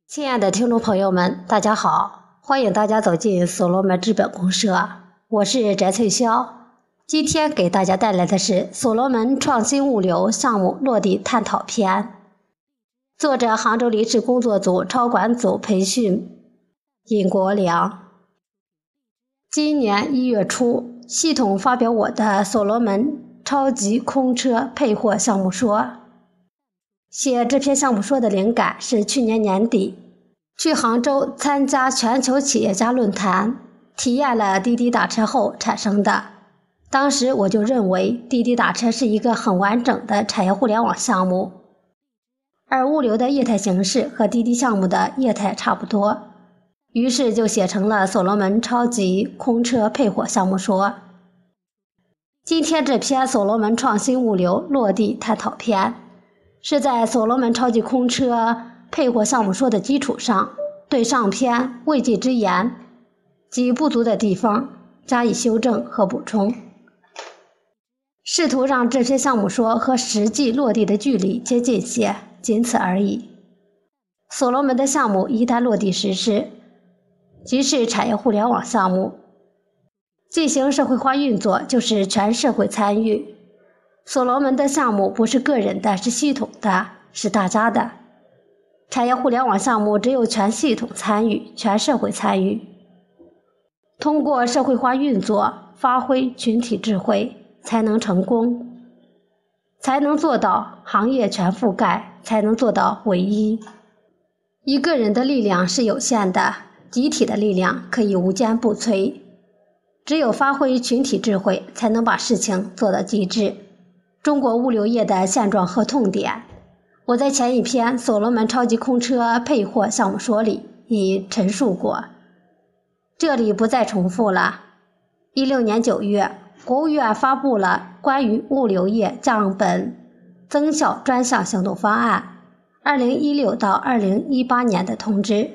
亲爱的听众朋友们，大家好，欢迎大家走进所罗门资本公社，我是翟翠霄。今天给大家带来的是所罗门创新物流项目落地探讨篇，作者杭州离职工作组超管组培训尹国良。今年1月初，系统发表我的所罗门超级空车配货项目说。写这篇项目说的灵感是去年年底去杭州参加全球企业家论坛，体验了滴滴打车后产生的。当时我就认为滴滴打车是一个很完整的产业互联网项目，而物流的业态形式和滴滴项目的业态差不多，于是就写成了所罗门超级空车配货项目说。今天这篇所罗门创新物流落地探讨篇是在所罗门超级空车配货项目说的基础上，对上篇未尽之言及不足的地方加以修正和补充，试图让这篇项目说和实际落地的距离接近些，仅此而已。所罗门的项目一旦落地实施，即是产业互联网项目，进行社会化运作就是全社会参与。所罗门的项目不是个人的，是系统的，是大家的。产业互联网项目只有全系统参与，全社会参与，通过社会化运作，发挥群体智慧，才能成功，才能做到行业全覆盖，才能做到唯一。一个人的力量是有限的，集体的力量可以无坚不摧，只有发挥群体智慧，才能把事情做到极致。中国物流业的现状和痛点，我在前一篇所罗门超级空车配货项目说里已陈述过，这里不再重复了。16年9月，国务院发布了关于物流业降本增效专项行动方案2016到2018年的通知。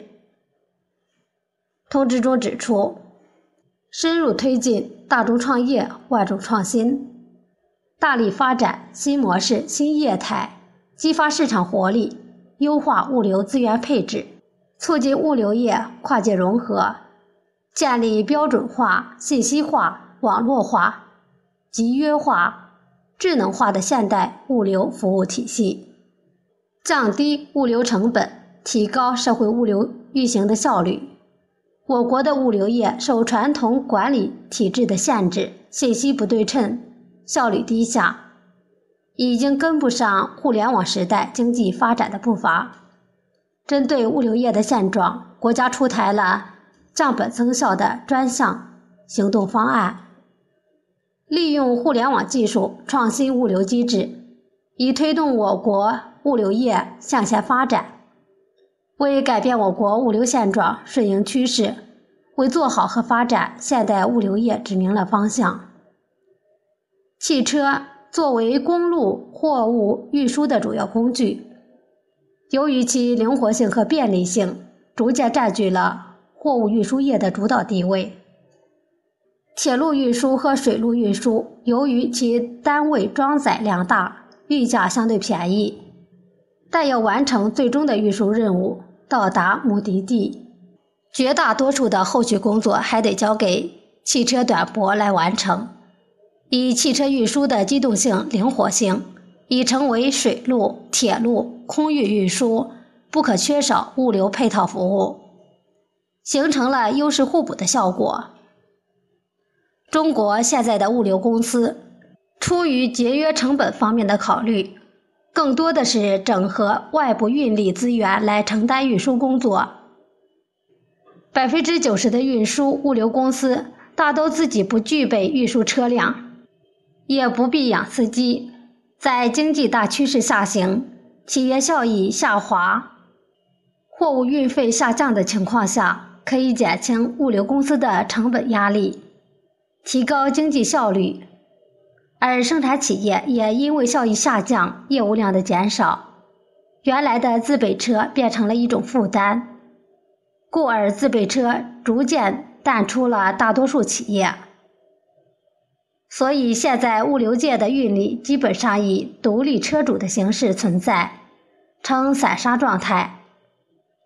通知中指出，深入推进大众创业、万众创新，大力发展新模式、新业态，激发市场活力，优化物流资源配置，促进物流业跨界融合，建立标准化、信息化、网络化、集约化、智能化的现代物流服务体系，降低物流成本，提高社会物流运行的效率。我国的物流业受传统管理体制的限制，信息不对称，效率低下，已经跟不上互联网时代经济发展的步伐。针对物流业的现状，国家出台了降本增效的专项行动方案，利用互联网技术创新物流机制，以推动我国物流业向前发展，为改变我国物流现状顺应趋势，为做好和发展现代物流业指明了方向。汽车作为公路货物运输的主要工具，由于其灵活性和便利性，逐渐占据了货物运输业的主导地位。铁路运输和水路运输由于其单位装载量大，运价相对便宜，但要完成最终的运输任务，到达目的地，绝大多数的后续工作还得交给汽车短驳来完成。以汽车运输的机动性、灵活性，已成为水路、铁路、空运运输不可缺少物流配套服务，形成了优势互补的效果。中国现在的物流公司，出于节约成本方面的考虑，更多的是整合外部运力资源来承担运输工作。90%的运输物流公司大都自己不具备运输车辆，也不必养司机，在经济大趋势下行，企业效益下滑，货物运费下降的情况下，可以减轻物流公司的成本压力，提高经济效率。而生产企业也因为效益下降，业务量的减少，原来的自备车变成了一种负担，故而自备车逐渐淡出了大多数企业。所以现在物流界的运力基本上以独立车主的形式存在，呈散沙状态。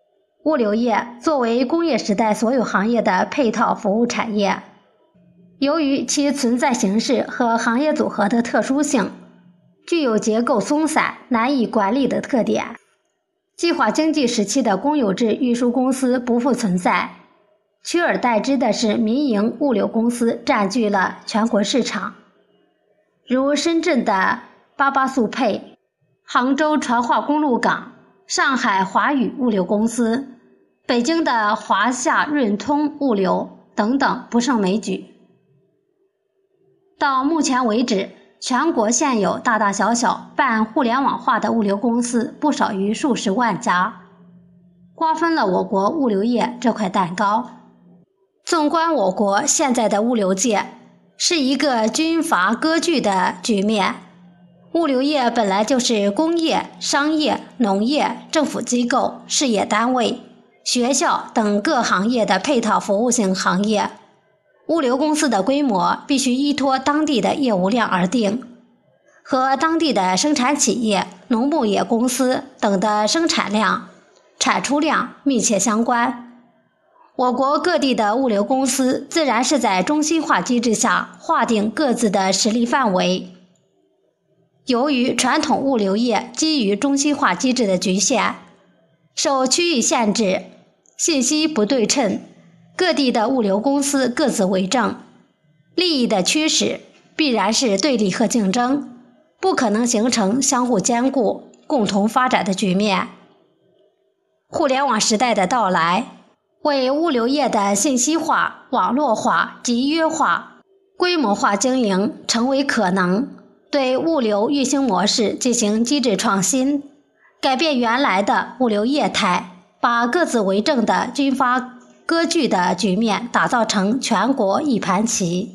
物流业作为工业时代所有行业的配套服务产业，由于其存在形式和行业组合的特殊性，具有结构松散、难以管理的特点。计划经济时期的公有制运输公司不复存在，取而代之的是民营物流公司占据了全国市场，如深圳的巴巴速配、杭州传化公路港、上海华宇物流公司、北京的华夏润通物流等等不胜枚举。到目前为止，全国现有大大小小办互联网化的物流公司不少于数十万家，瓜分了我国物流业这块蛋糕。纵观我国现在的物流界，是一个军阀割据的局面。物流业本来就是工业、商业、农业、政府机构、事业单位、学校等各行业的配套服务性行业。物流公司的规模必须依托当地的业务量而定，和当地的生产企业、农牧业公司等的生产量、产出量密切相关。我国各地的物流公司自然是在中心化机制下划定各自的实力范围。由于传统物流业基于中心化机制的局限，受区域限制、信息不对称，各地的物流公司各自为政，利益的驱使必然是对立和竞争，不可能形成相互兼顾、共同发展的局面。互联网时代的到来，为物流业的信息化、网络化、集约化、规模化经营成为可能，对物流运行模式进行机制创新，改变原来的物流业态，把各自为政的军阀割据的局面打造成全国一盘棋。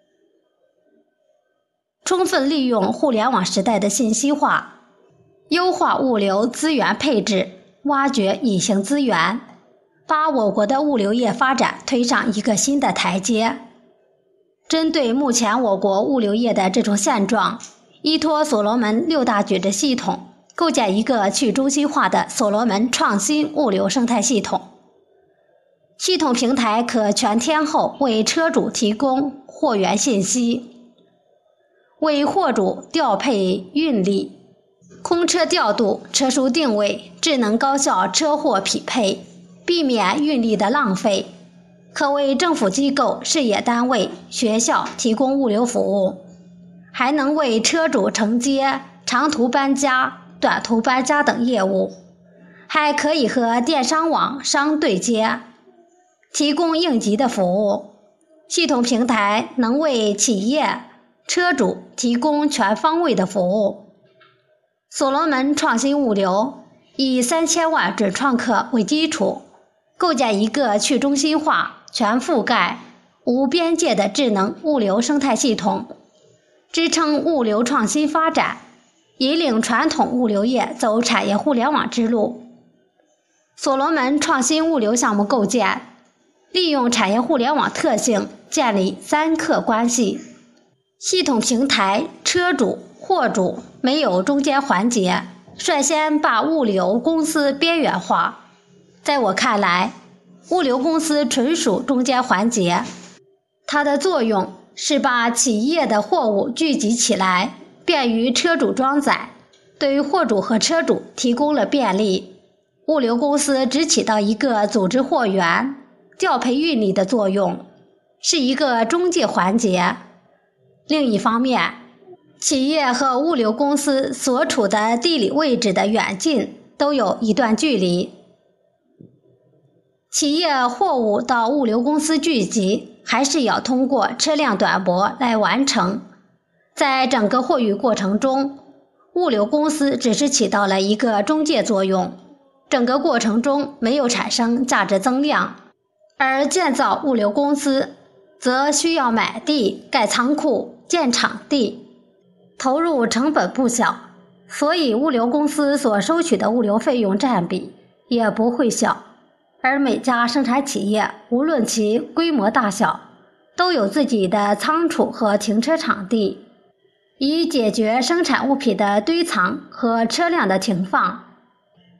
充分利用互联网时代的信息化，优化物流资源配置，挖掘隐形资源，把我国的物流业发展推上一个新的台阶。针对目前我国物流业的这种现状，依托所罗门6大矩阵系统，构建一个去中心化的所罗门创新物流生态系统。系统平台可全天候为车主提供货源信息，为货主调配运力、空车调度、车枢定位、智能高效车货匹配，避免运力的浪费，可为政府机构、事业单位、学校提供物流服务，还能为车主承接长途搬家、短途搬家等业务，还可以和电商网商对接，提供应急的服务。系统平台能为企业、车主提供全方位的服务。所罗门创新物流以3000万准创客为基础，构建一个去中心化、全覆盖、无边界的智能物流生态系统，支撑物流创新发展，引领传统物流业走产业互联网之路。所罗门创新物流项目构建，利用产业互联网特性，建立3客关系。系统平台、车主、货主没有中间环节，率先把物流公司边缘化。在我看来，物流公司纯属中间环节，它的作用是把企业的货物聚集起来，便于车主装载，对货主和车主提供了便利。物流公司只起到一个组织货源、调配运力的作用，是一个中介环节。另一方面，企业和物流公司所处的地理位置的远近都有一段距离。企业货物到物流公司聚集，还是要通过车辆短驳来完成。在整个货运过程中，物流公司只是起到了一个中介作用，整个过程中没有产生价值增量。而建造物流公司则需要买地、盖仓库、建场地，投入成本不小，所以物流公司所收取的物流费用占比也不会小。而每家生产企业无论其规模大小，都有自己的仓储和停车场地，以解决生产物品的堆藏和车辆的停放。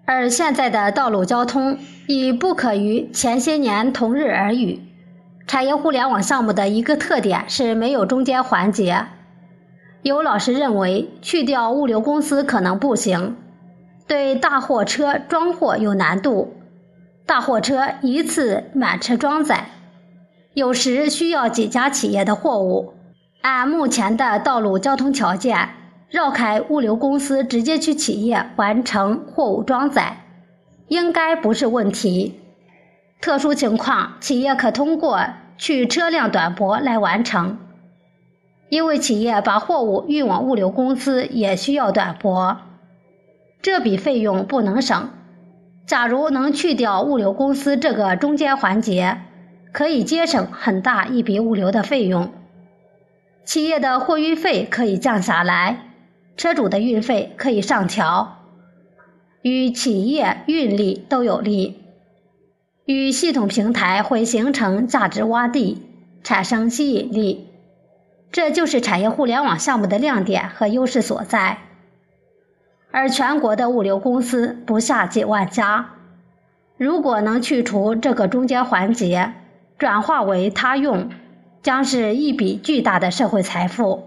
而现在的道路交通已不可与前些年同日而语。产业互联网项目的一个特点是没有中间环节。有老师认为去掉物流公司可能不行，对大货车装货有难度，大货车一次满车装载，有时需要几家企业的货物，按目前的道路交通条件，绕开物流公司直接去企业完成货物装载，应该不是问题。特殊情况，企业可通过去车辆短驳来完成，因为企业把货物运往物流公司也需要短驳，这笔费用不能省。假如能去掉物流公司这个中间环节，可以节省很大一笔物流的费用，企业的货运费可以降下来，车主的运费可以上调，与企业运力都有利。与系统平台会形成价值洼地，产生吸引力，这就是产业互联网项目的亮点和优势所在。而全国的物流公司不下几万家，如果能去除这个中间环节，转化为他用，将是一笔巨大的社会财富。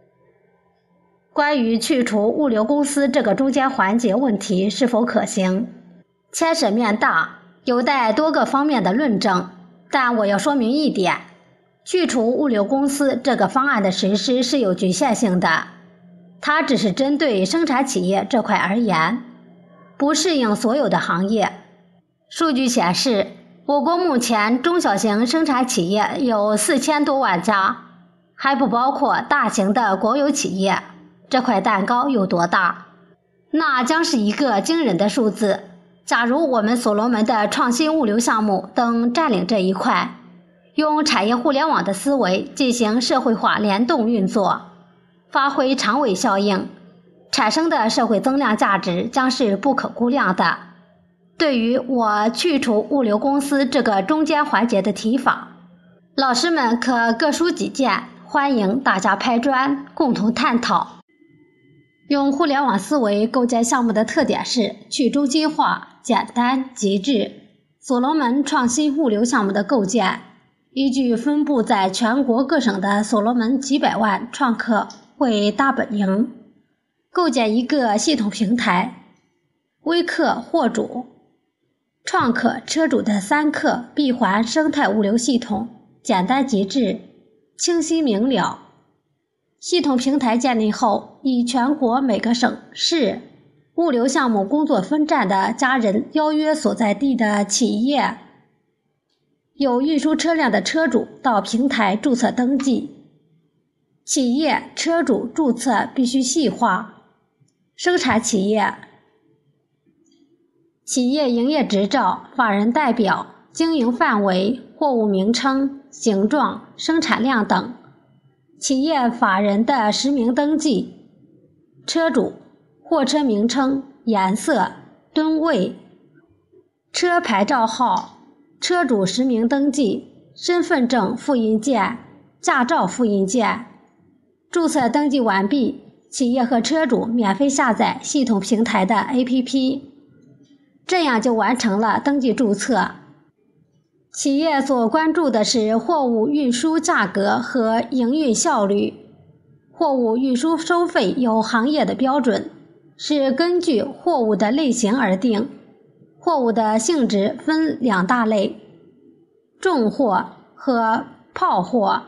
关于去除物流公司这个中间环节问题是否可行，牵涉面大，有待多个方面的论证，但我要说明一点，去除物流公司这个方案的实施是有局限性的，它只是针对生产企业这块而言，不适应所有的行业。数据显示，我国目前中小型生产企业有4000多万家，还不包括大型的国有企业，这块蛋糕有多大？那将是一个惊人的数字。假如我们所罗门的创新物流项目等占领这一块，用产业互联网的思维进行社会化联动运作，发挥长尾效应，产生的社会增量价值将是不可估量的。对于我去除物流公司这个中间环节的提法，老师们可各抒己见，欢迎大家拍砖，共同探讨。用互联网思维构建项目的特点是去中心化、简单、极致。所罗门创新物流项目的构建，依据分布在全国各省的所罗门几百万创客为大本营，构建一个系统平台，微客货主、创客车主的3客闭环生态物流系统，简单极致，清晰明了。系统平台建立后，以全国每个省市物流项目工作分站的家人邀约所在地的企业有运输车辆的车主到平台注册登记。企业车主注册必须细化，生产企业营业执照、法人代表、经营范围、货物名称、形状、生产量等，企业法人的实名登记，车主、货车名称、颜色、吨位、车牌照号、车主实名登记、身份证复印件、驾照复印件。注册登记完毕，企业和车主免费下载系统平台的 APP， 这样就完成了登记注册。企业所关注的是货物运输价格和营运效率。货物运输收费有行业的标准，是根据货物的类型而定。货物的性质分2大类，重货和炮货。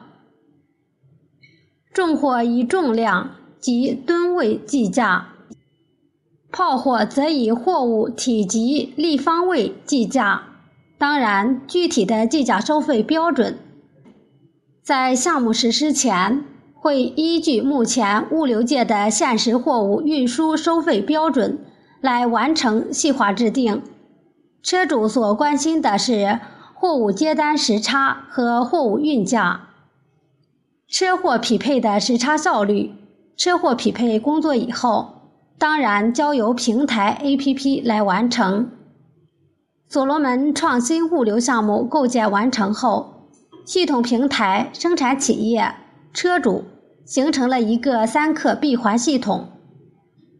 重货以重量及吨位计价，炮货则以货物体积立方位计价。当然，具体的计价收费标准，在项目实施前，会依据目前物流界的现实货物运输收费标准来完成细化制定。车主所关心的是货物接单时差和货物运价，车货匹配的时差效率。车货匹配工作以后，当然交由平台 APP 来完成。所罗门创新物流项目构建完成后，系统平台、生产企业、车主形成了一个3客闭环系统。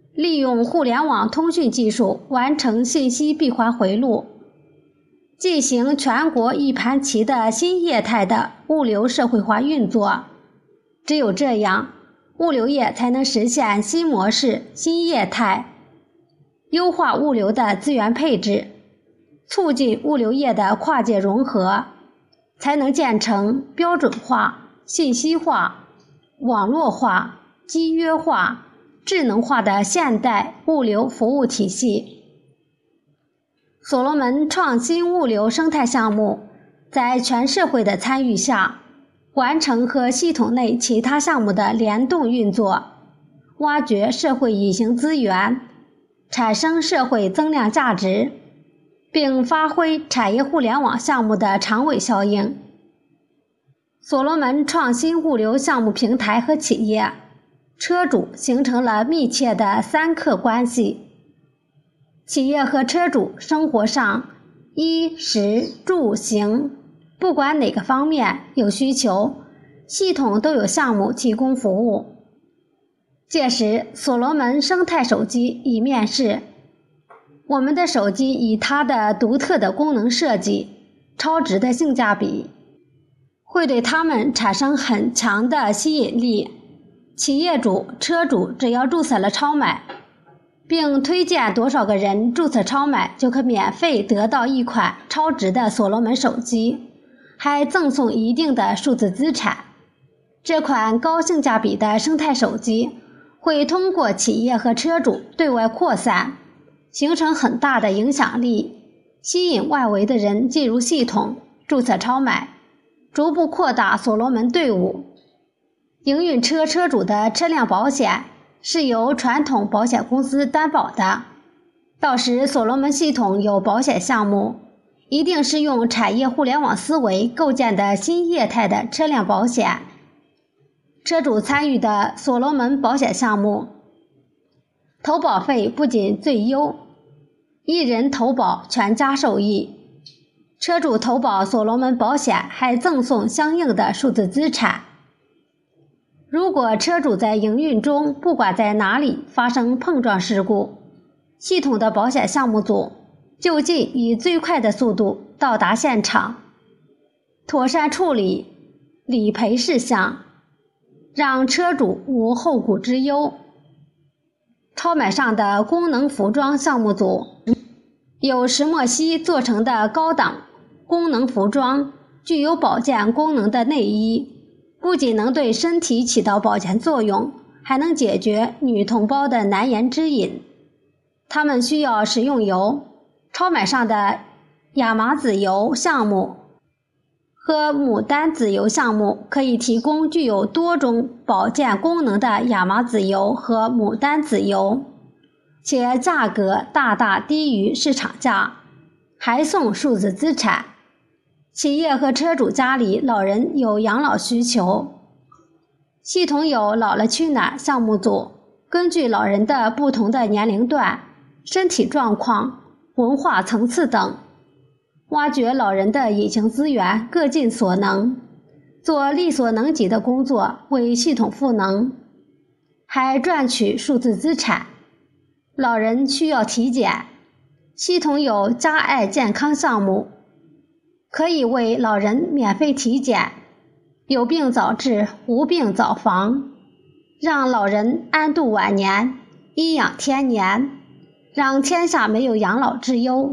利用互联网通讯技术完成信息闭环回路，进行全国一盘棋的新业态的物流社会化运作。只有这样，物流业才能实现新模式、新业态，优化物流的资源配置，促进物流业的跨界融合，才能建成标准化、信息化、网络化、机约化、智能化的现代物流服务体系。所罗门创新物流生态项目在全社会的参与下，完成和系统内其他项目的联动运作，挖掘社会隐形资源，产生社会增量价值，并发挥产业互联网项目的长尾效应。所罗门创新物流项目平台和企业、车主形成了密切的三客关系。企业和车主生活上衣食住行，不管哪个方面有需求，系统都有项目提供服务。届时，所罗门生态手机已面世。我们的手机以它的独特的功能设计、超值的性价比，会对他们产生很强的吸引力。企业主、车主只要注册了超买，并推荐多少个人注册超买，就可免费得到一款超值的所罗门手机，还赠送一定的数字资产。这款高性价比的生态手机会通过企业和车主对外扩散，形成很大的影响力，吸引外围的人进入系统注册超买，逐步扩大所罗门队伍。营运车车主的车辆保险是由传统保险公司担保的，到时所罗门系统有保险项目，一定是用产业互联网思维构建的新业态的车辆保险。车主参与的所罗门保险项目，投保费不仅最优，一人投保全家受益。车主投保所罗门保险还赠送相应的数字资产。如果车主在营运中不管在哪里发生碰撞事故，系统的保险项目组就近以最快的速度到达现场，妥善处理理赔事项，让车主无后顾之忧。超买上的功能服装项目组有石墨烯做成的高档功能服装，具有保健功能的内衣，不仅能对身体起到保健作用，还能解决女同胞的难言之隐。她们需要食用油，超买上的亚麻籽油项目和牡丹籽油项目可以提供具有多种保健功能的亚麻籽油和牡丹籽油，且价格大大低于市场价，还送数字资产。企业和车主家里老人有养老需求，系统有老了去哪项目组，根据老人的不同的年龄段、身体状况、文化层次等，挖掘老人的隐形资源，各尽所能，做力所能及的工作，为系统赋能，还赚取数字资产。老人需要体检，系统有家爱健康项目，可以为老人免费体检，有病早治，无病早防，让老人安度晚年，颐养天年，让天下没有养老之忧。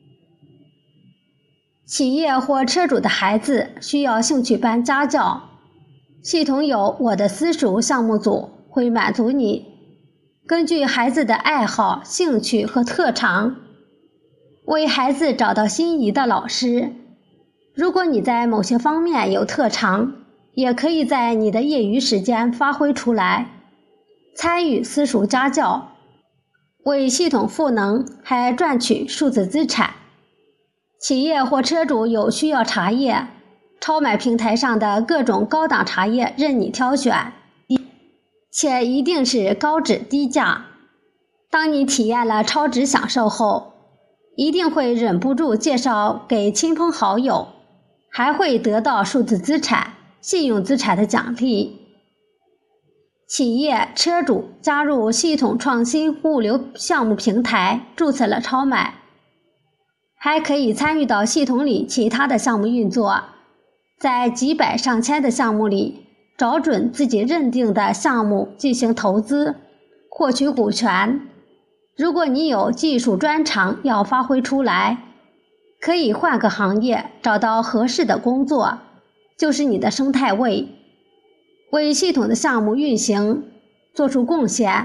企业或车主的孩子需要兴趣班家教，系统有我的私塾项目组会满足你，根据孩子的爱好、兴趣和特长，为孩子找到心仪的老师。如果你在某些方面有特长，也可以在你的业余时间发挥出来，参与私塾家教，为系统赋能，还赚取数字资产。企业或车主有需要茶叶，超买平台上的各种高档茶叶任你挑选，且一定是高质低价。当你体验了超值享受后，一定会忍不住介绍给亲朋好友，还会得到数字资产、信用资产的奖励。 企业车主加入系统创新物流项目平台，注册了超买，还可以参与到系统里其他的项目运作，在几百上千的项目里找准自己认定的项目进行投资，获取股权。如果你有技术专长要发挥出来，可以换个行业，找到合适的工作，就是你的生态位，为系统的项目运行做出贡献，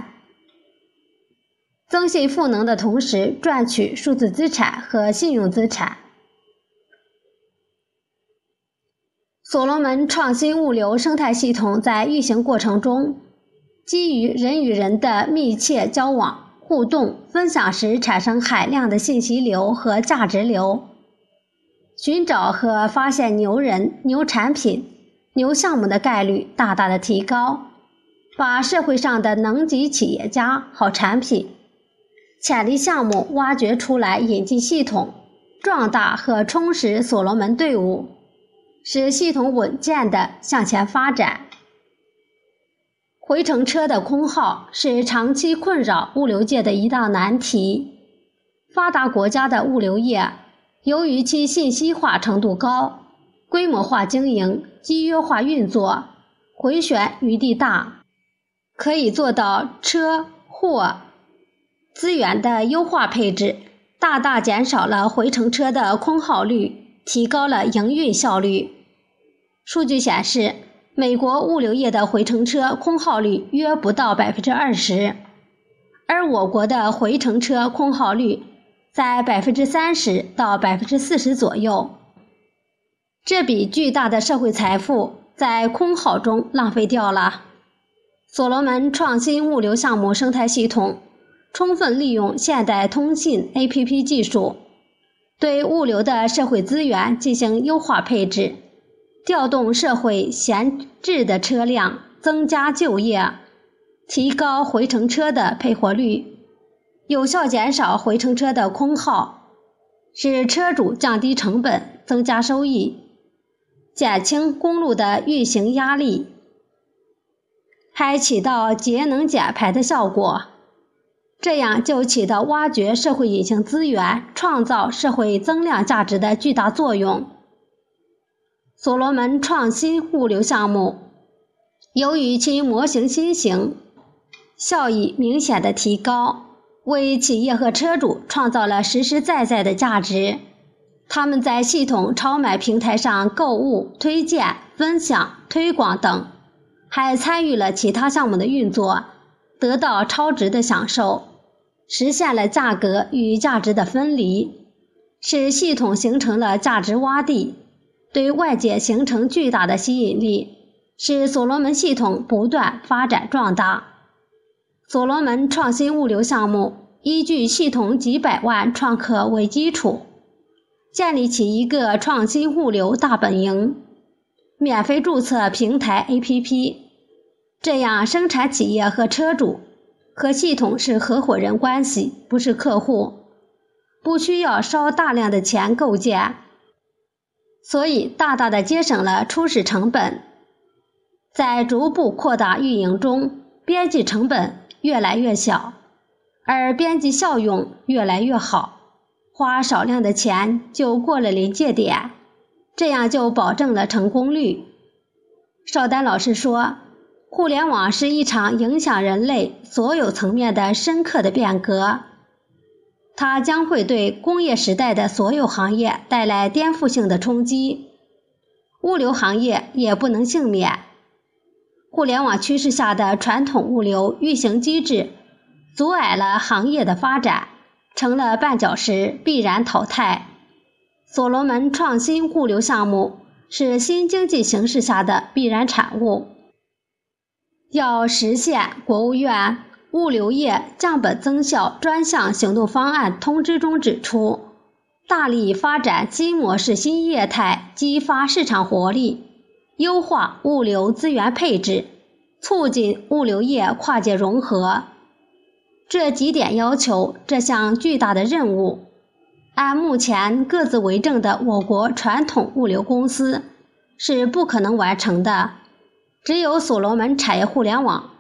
增信赋能的同时赚取数字资产和信用资产。所罗门创新物流生态系统在运行过程中，基于人与人的密切交往、互动、分享时产生海量的信息流和价值流，寻找和发现牛人、牛产品、牛项目的概率大大的提高，把社会上的能级企业家、好产品、潜力项目挖掘出来，引进系统，壮大和充实所罗门队伍，使系统稳健地向前发展。回程车的空耗是长期困扰物流界的一大难题。发达国家的物流业由于其信息化程度高，规模化经营、机约化运作，回旋余地大，可以做到车、货、资源的优化配置，大大减少了回程车的空耗率，提高了营运效率。数据显示，美国物流业的回程车空耗率约不到 20%， 而我国的回程车空耗率在 30% 到 40% 左右。这笔巨大的社会财富在空耗中浪费掉了。所罗门创新物流项目生态系统充分利用现代通信 APP 技术，对物流的社会资源进行优化配置，调动社会闲置的车辆，增加就业，提高回程车的配货率，有效减少回程车的空耗，使车主降低成本，增加收益，减轻公路的运行压力，还起到节能减排的效果。这样就起到挖掘社会隐形资源、创造社会增量价值的巨大作用。所罗门创新物流项目由于其模型新型，效益明显的提高，为企业和车主创造了实实在在的价值。他们在系统超买平台上购物、推荐、分享、推广等，还参与了其他项目的运作，得到超值的享受，实现了价格与价值的分离，使系统形成了价值洼地，对外界形成巨大的吸引力，使所罗门系统不断发展壮大。所罗门创新物流项目依据系统几百万创客为基础，建立起一个创新物流大本营，免费注册平台 APP， 这样生产企业和车主和系统是合伙人关系，不是客户，不需要烧大量的钱构建，所以大大的节省了初始成本。在逐步扩大运营中，边际成本越来越小，而边际效用越来越好，花少量的钱就过了临界点，这样就保证了成功率。邵丹老师说，互联网是一场影响人类所有层面的深刻的变革，它将会对工业时代的所有行业带来颠覆性的冲击，物流行业也不能幸免。互联网趋势下的传统物流运行机制阻碍了行业的发展，成了绊脚石，必然淘汰。所罗门创新物流项目是新经济形势下的必然产物。要实现国务院物流业降本增效专项行动方案通知中指出，大力发展新模式新业态，激发市场活力，优化物流资源配置，促进物流业跨界融合。这几点要求，这项巨大的任务，按目前各自为政的我国传统物流公司是不可能完成的，只有所罗门产业互联网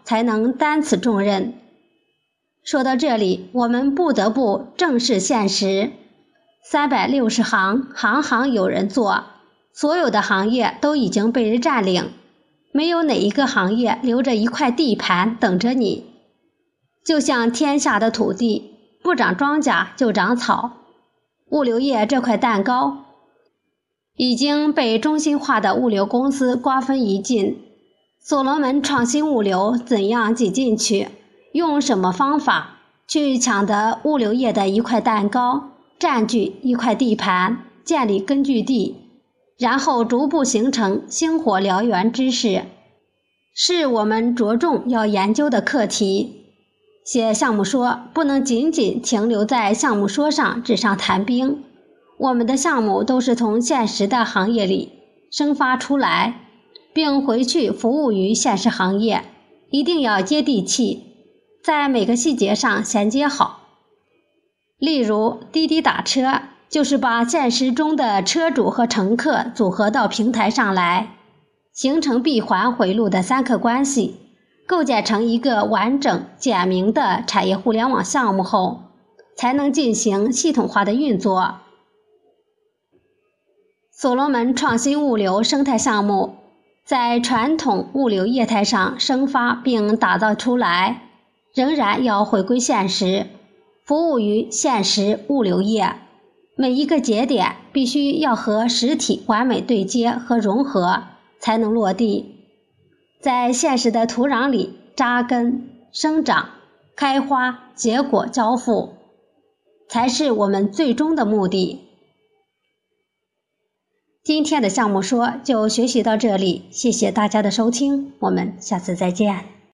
才能担此重任。说到这里，我们不得不正视现实，360行，行行有人做，所有的行业都已经被人占领，没有哪一个行业留着一块地盘等着你。就像天下的土地，不长庄稼就长草，物流业这块蛋糕已经被中心化的物流公司瓜分一尽。所罗门创新物流怎样挤进去，用什么方法去抢得物流业的一块蛋糕，占据一块地盘，建立根据地，然后逐步形成星火燎原之势，是我们着重要研究的课题。写项目说不能仅仅停留在项目说上纸上谈兵，我们的项目都是从现实的行业里生发出来，并回去服务于现实行业，一定要接地气，在每个细节上衔接好。例如滴滴打车，就是把现实中的车主和乘客组合到平台上来，形成闭环回路的三客关系，构建成一个完整简明的产业互联网项目后，才能进行系统化的运作。所罗门创新物流生态项目在传统物流业态上生发并打造出来，仍然要回归现实，服务于现实物流业，每一个节点必须要和实体完美对接和融合，才能落地，在现实的土壤里扎根生长开花结果交付，才是我们最终的目的。今天的项目说就学习到这里，谢谢大家的收听，我们下次再见。